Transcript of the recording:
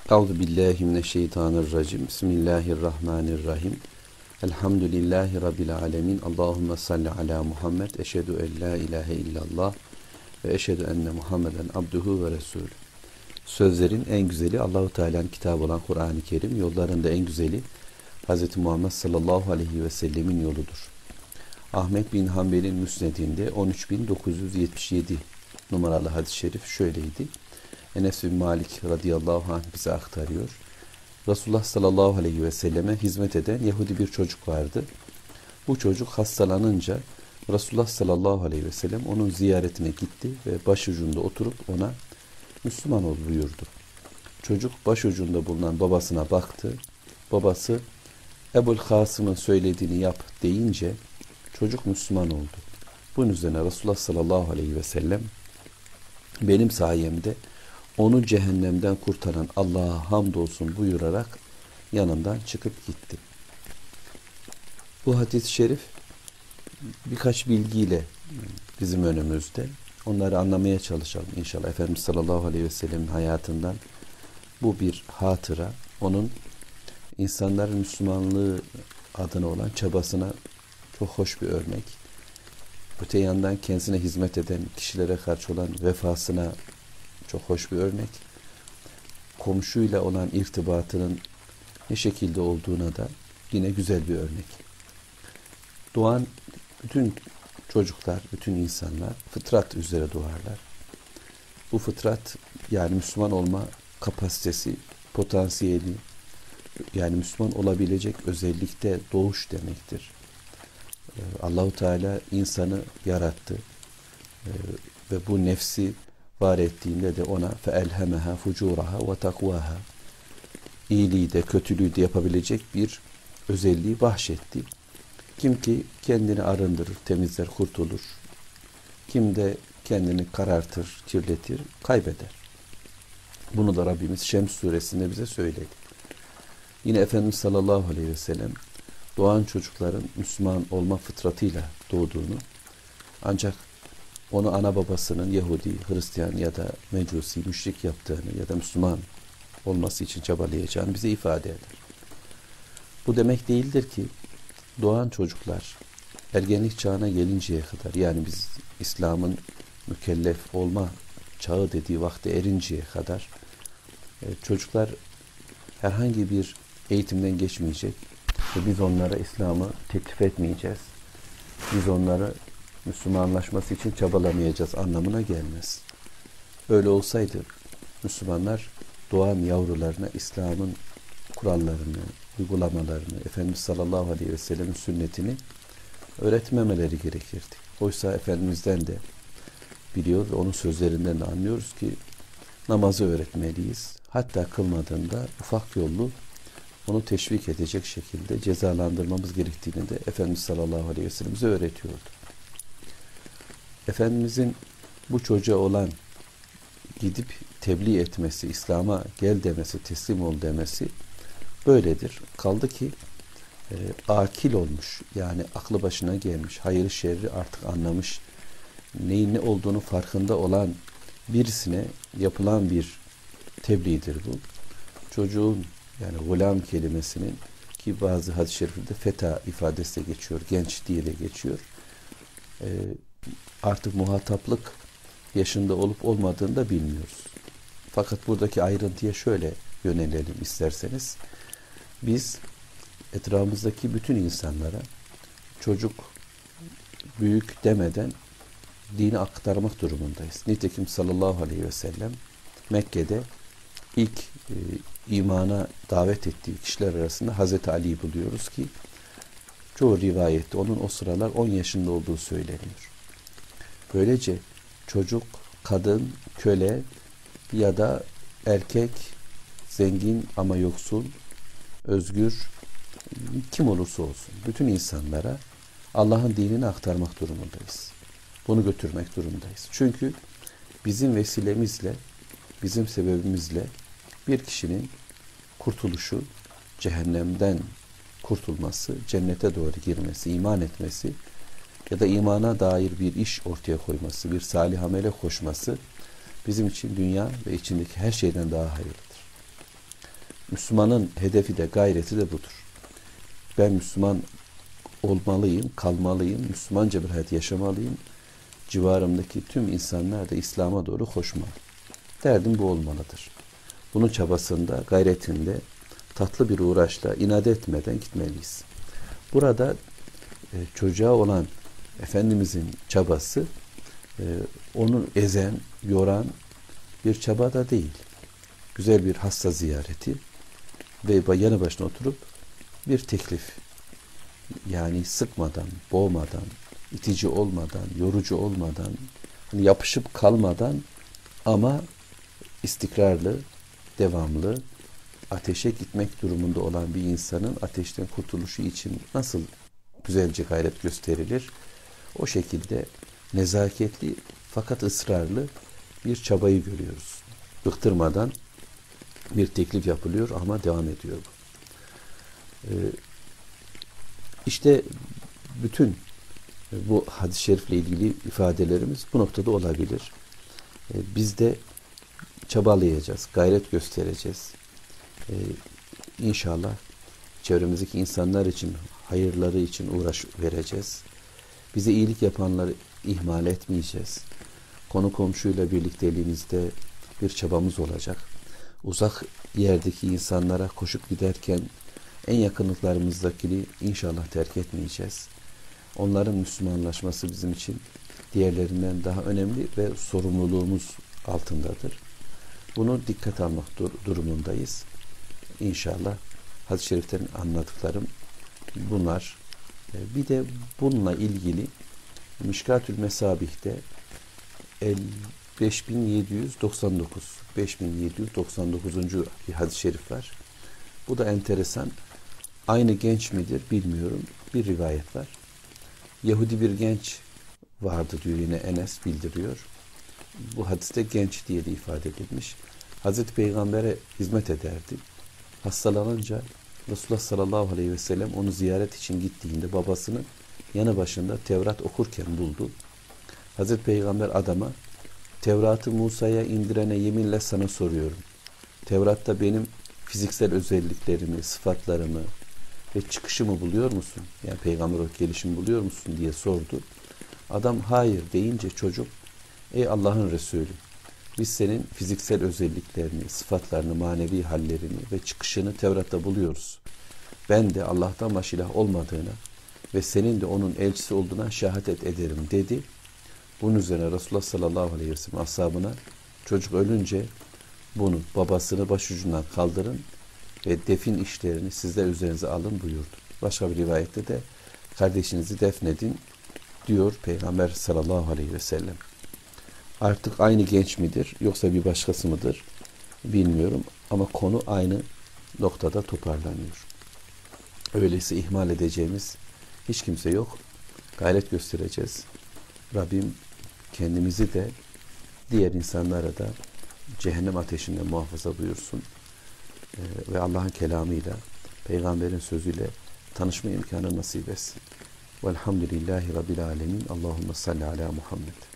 Euzu billahi mineşşeytanirracim. Bismillahirrahmanirrahim. Elhamdülillahi rabbil alamin. Allahumme salli ala Muhammed. Eşhedü en la ilahe illallah ve eşhedü enne Muhammeden abduhu ve resulü. Sözlerin en güzeli Allahu Teala'nın kitabı olan Kur'an-ı Kerim, yolların da en güzeli Hz. Muhammed sallallahu aleyhi ve sellemin yoludur. Ahmet bin Hanbel'in müsnedinde 13977 numaralı hadis-i şerif şöyleydi. Enes bin Malik radıyallahu anh bize aktarıyor. Resulullah sallallahu aleyhi ve selleme hizmet eden Yahudi bir çocuk vardı. Bu çocuk hastalanınca Resulullah sallallahu aleyhi ve sellem onun ziyaretine gitti ve başucunda oturup ona Müslüman ol buyurdu. Çocuk başucunda bulunan babasına baktı. Babası Ebul Kasım'ın söylediğini yap deyince çocuk Müslüman oldu. Bunun üzerine Resulullah sallallahu aleyhi ve sellem benim sayemde onu cehennemden kurtaran Allah'a hamdolsun buyurarak yanından çıkıp gitti. Bu hadis-i şerif birkaç bilgiyle bizim önümüzde. Onları anlamaya çalışalım inşallah. Efendimiz sallallahu aleyhi ve sellem'in hayatından bu bir hatıra. Onun insanların Müslümanlığı adına olan çabasına çok hoş bir örnek. Öte yandan kendisine hizmet eden kişilere karşı olan vefasına çok hoş bir örnek. Komşuyla olan irtibatının ne şekilde olduğuna da yine güzel bir örnek. Doğan bütün çocuklar, bütün insanlar fıtrat üzere doğarlar. Bu fıtrat yani Müslüman olma kapasitesi, potansiyeli, yani Müslüman olabilecek özellikte doğuş demektir. Allahu Teala insanı yarattı ve bu nefsi var ettiğinde de ona فَاَلْهَمَهَا فُجُورَهَا وَتَقْوَاهَا iyiliği de kötülüğü de yapabilecek bir özelliği bahşetti. Kim ki kendini arındırır, temizler, kurtulur. Kim de kendini karartır, kirletir, kaybeder. Bunu da Rabbimiz Şems suresinde bize söyledi. Yine Efendimiz sallallahu aleyhi ve sellem doğan çocukların Müslüman olma fıtratıyla doğduğunu, ancak onu ana babasının Yahudi, Hristiyan ya da Mecusi, müşrik yaptığını ya da Müslüman olması için çabalayacağını bize ifade eder. Bu demek değildir ki doğan çocuklar ergenlik çağına gelinceye kadar, yani biz İslam'ın mükellef olma çağı dediği vakte erinceye kadar çocuklar herhangi bir eğitimden geçmeyecek ve biz onlara İslam'ı teklif etmeyeceğiz. Biz onları Müslümanlaşması için çabalamayacağız anlamına gelmez. Öyle olsaydı Müslümanlar doğan yavrularına İslam'ın kurallarını, uygulamalarını, Efendimiz sallallahu aleyhi ve sellem'in sünnetini öğretmemeleri gerekirdi. Oysa Efendimiz'den de biliyor ve onun sözlerinden de anlıyoruz ki namazı öğretmeliyiz. Hatta kılmadığında ufak yollu onu teşvik edecek şekilde cezalandırmamız gerektiğini de Efendimiz sallallahu aleyhi ve sellem bize öğretiyordu. Efendimizin bu çocuğa olan gidip tebliğ etmesi, İslam'a gel demesi, teslim ol demesi böyledir. Kaldı ki akil olmuş, yani aklı başına gelmiş, hayırı şerri artık anlamış, neyin ne olduğunu farkında olan birisine yapılan bir tebliğdir bu. Çocuğun, yani gulam kelimesinin, ki bazı hadis-i şeriflerde feta ifadesi de geçiyor, genç diye de geçiyor. Artık muhataplık yaşında olup olmadığını da bilmiyoruz. Fakat buradaki ayrıntıya şöyle yönelelim isterseniz. Biz etrafımızdaki bütün insanlara çocuk, büyük demeden dini aktarmak durumundayız. Nitekim sallallahu aleyhi ve sellem Mekke'de ilk imana davet ettiği kişiler arasında Hazreti Ali'yi buluyoruz ki çoğu rivayette onun o sıralar 10 yaşında olduğu söyleniyor. Böylece çocuk, kadın, köle ya da erkek, zengin ama yoksul, özgür, kim olursa olsun bütün insanlara Allah'ın dinini aktarmak durumundayız. Bunu götürmek durumundayız. Çünkü bizim vesilemizle, bizim sebebimizle bir kişinin kurtuluşu, cehennemden kurtulması, cennete doğru girmesi, iman etmesi ya da imana dair bir iş ortaya koyması, bir salih amele koşması bizim için dünya ve içindeki her şeyden daha hayırlıdır. Müslümanın hedefi de gayreti de budur. Ben Müslüman olmalıyım, kalmalıyım, Müslümanca bir hayat yaşamalıyım. Civarımdaki tüm insanlar da İslam'a doğru koşmalı. Derdim bu olmalıdır. Bunun çabasında, gayretinde, tatlı bir uğraşla, inat etmeden gitmeliyiz. Burada çocuğa olan Efendimizin çabası onu ezen, yoran bir çaba da değil. Güzel bir hasta ziyareti ve yanı başına oturup bir teklif, yani sıkmadan, boğmadan, itici olmadan, yorucu olmadan, hani yapışıp kalmadan ama istikrarlı, devamlı ateşe gitmek durumunda olan bir insanın ateşten kurtuluşu için nasıl güzelce gayret gösterilir? O şekilde nezaketli fakat ısrarlı bir çabayı görüyoruz. Bıktırmadan bir teklif yapılıyor ama devam ediyor bu. İşte bütün bu hadis-i şerifle ilgili ifadelerimiz bu noktada olabilir. Biz de çabalayacağız, gayret göstereceğiz. İnşallah çevremizdeki insanlar için, hayırları için uğraş vereceğiz. Bize iyilik yapanları ihmal etmeyeceğiz. Konu komşuyla birlikteliğimizde bir çabamız olacak. Uzak yerdeki insanlara koşup giderken en yakınlıklarımızdakini inşallah terk etmeyeceğiz. Onların Müslümanlaşması bizim için diğerlerinden daha önemli ve sorumluluğumuz altındadır. Bunu dikkate almak durumundayız. İnşallah hadis-i şeriften anladıklarım bunlar. Bir de bununla ilgili Mişkatül Mesabih'te 5799. bir hadis-i şerif var. Bu da enteresan. Aynı genç midir bilmiyorum. Bir rivayet var. Yahudi bir genç vardı diyor, yine Enes bildiriyor. Bu hadiste genç diye de ifade edilmiş. Hazreti Peygamber'e hizmet ederdi. Hastalanınca Resulullah sallallahu aleyhi ve sellem onu ziyaret için gittiğinde babasını yanı başında Tevrat okurken buldu. Hazreti Peygamber adama, Tevrat'ı Musa'ya indirene yeminle sana soruyorum. Tevrat'ta benim fiziksel özelliklerimi, sıfatlarımı ve çıkışımı buluyor musun? Yani peygamber olarak gelişimi buluyor musun diye sordu. Adam hayır deyince çocuk, ey Allah'ın Resulü, biz senin fiziksel özelliklerini, sıfatlarını, manevi hallerini ve çıkışını Tevrat'ta buluyoruz. Ben de Allah'tan başka ilah olmadığına ve senin de onun elçisi olduğuna şehadet ederim dedi. Bunun üzerine Resulullah sallallahu aleyhi ve sellem ashabına, çocuk ölünce bunu, babasını başucundan kaldırın ve defin işlerini sizler üzerinize alın buyurdu. Başka bir rivayette de kardeşinizi defnedin diyor Peygamber sallallahu aleyhi ve sellem. Artık aynı genç midir yoksa bir başkası mıdır bilmiyorum ama konu aynı noktada toparlanıyor. Öyleyse ihmal edeceğimiz hiç kimse yok. Gayret göstereceğiz. Rabbim kendimizi de diğer insanlara da cehennem ateşinden muhafaza buyursun. Ve Allah'ın kelamıyla, peygamberin sözüyle tanışma imkanı nasip etsin. Velhamdülillahi Rabbil alemin. Allahümme salli ala Muhammed.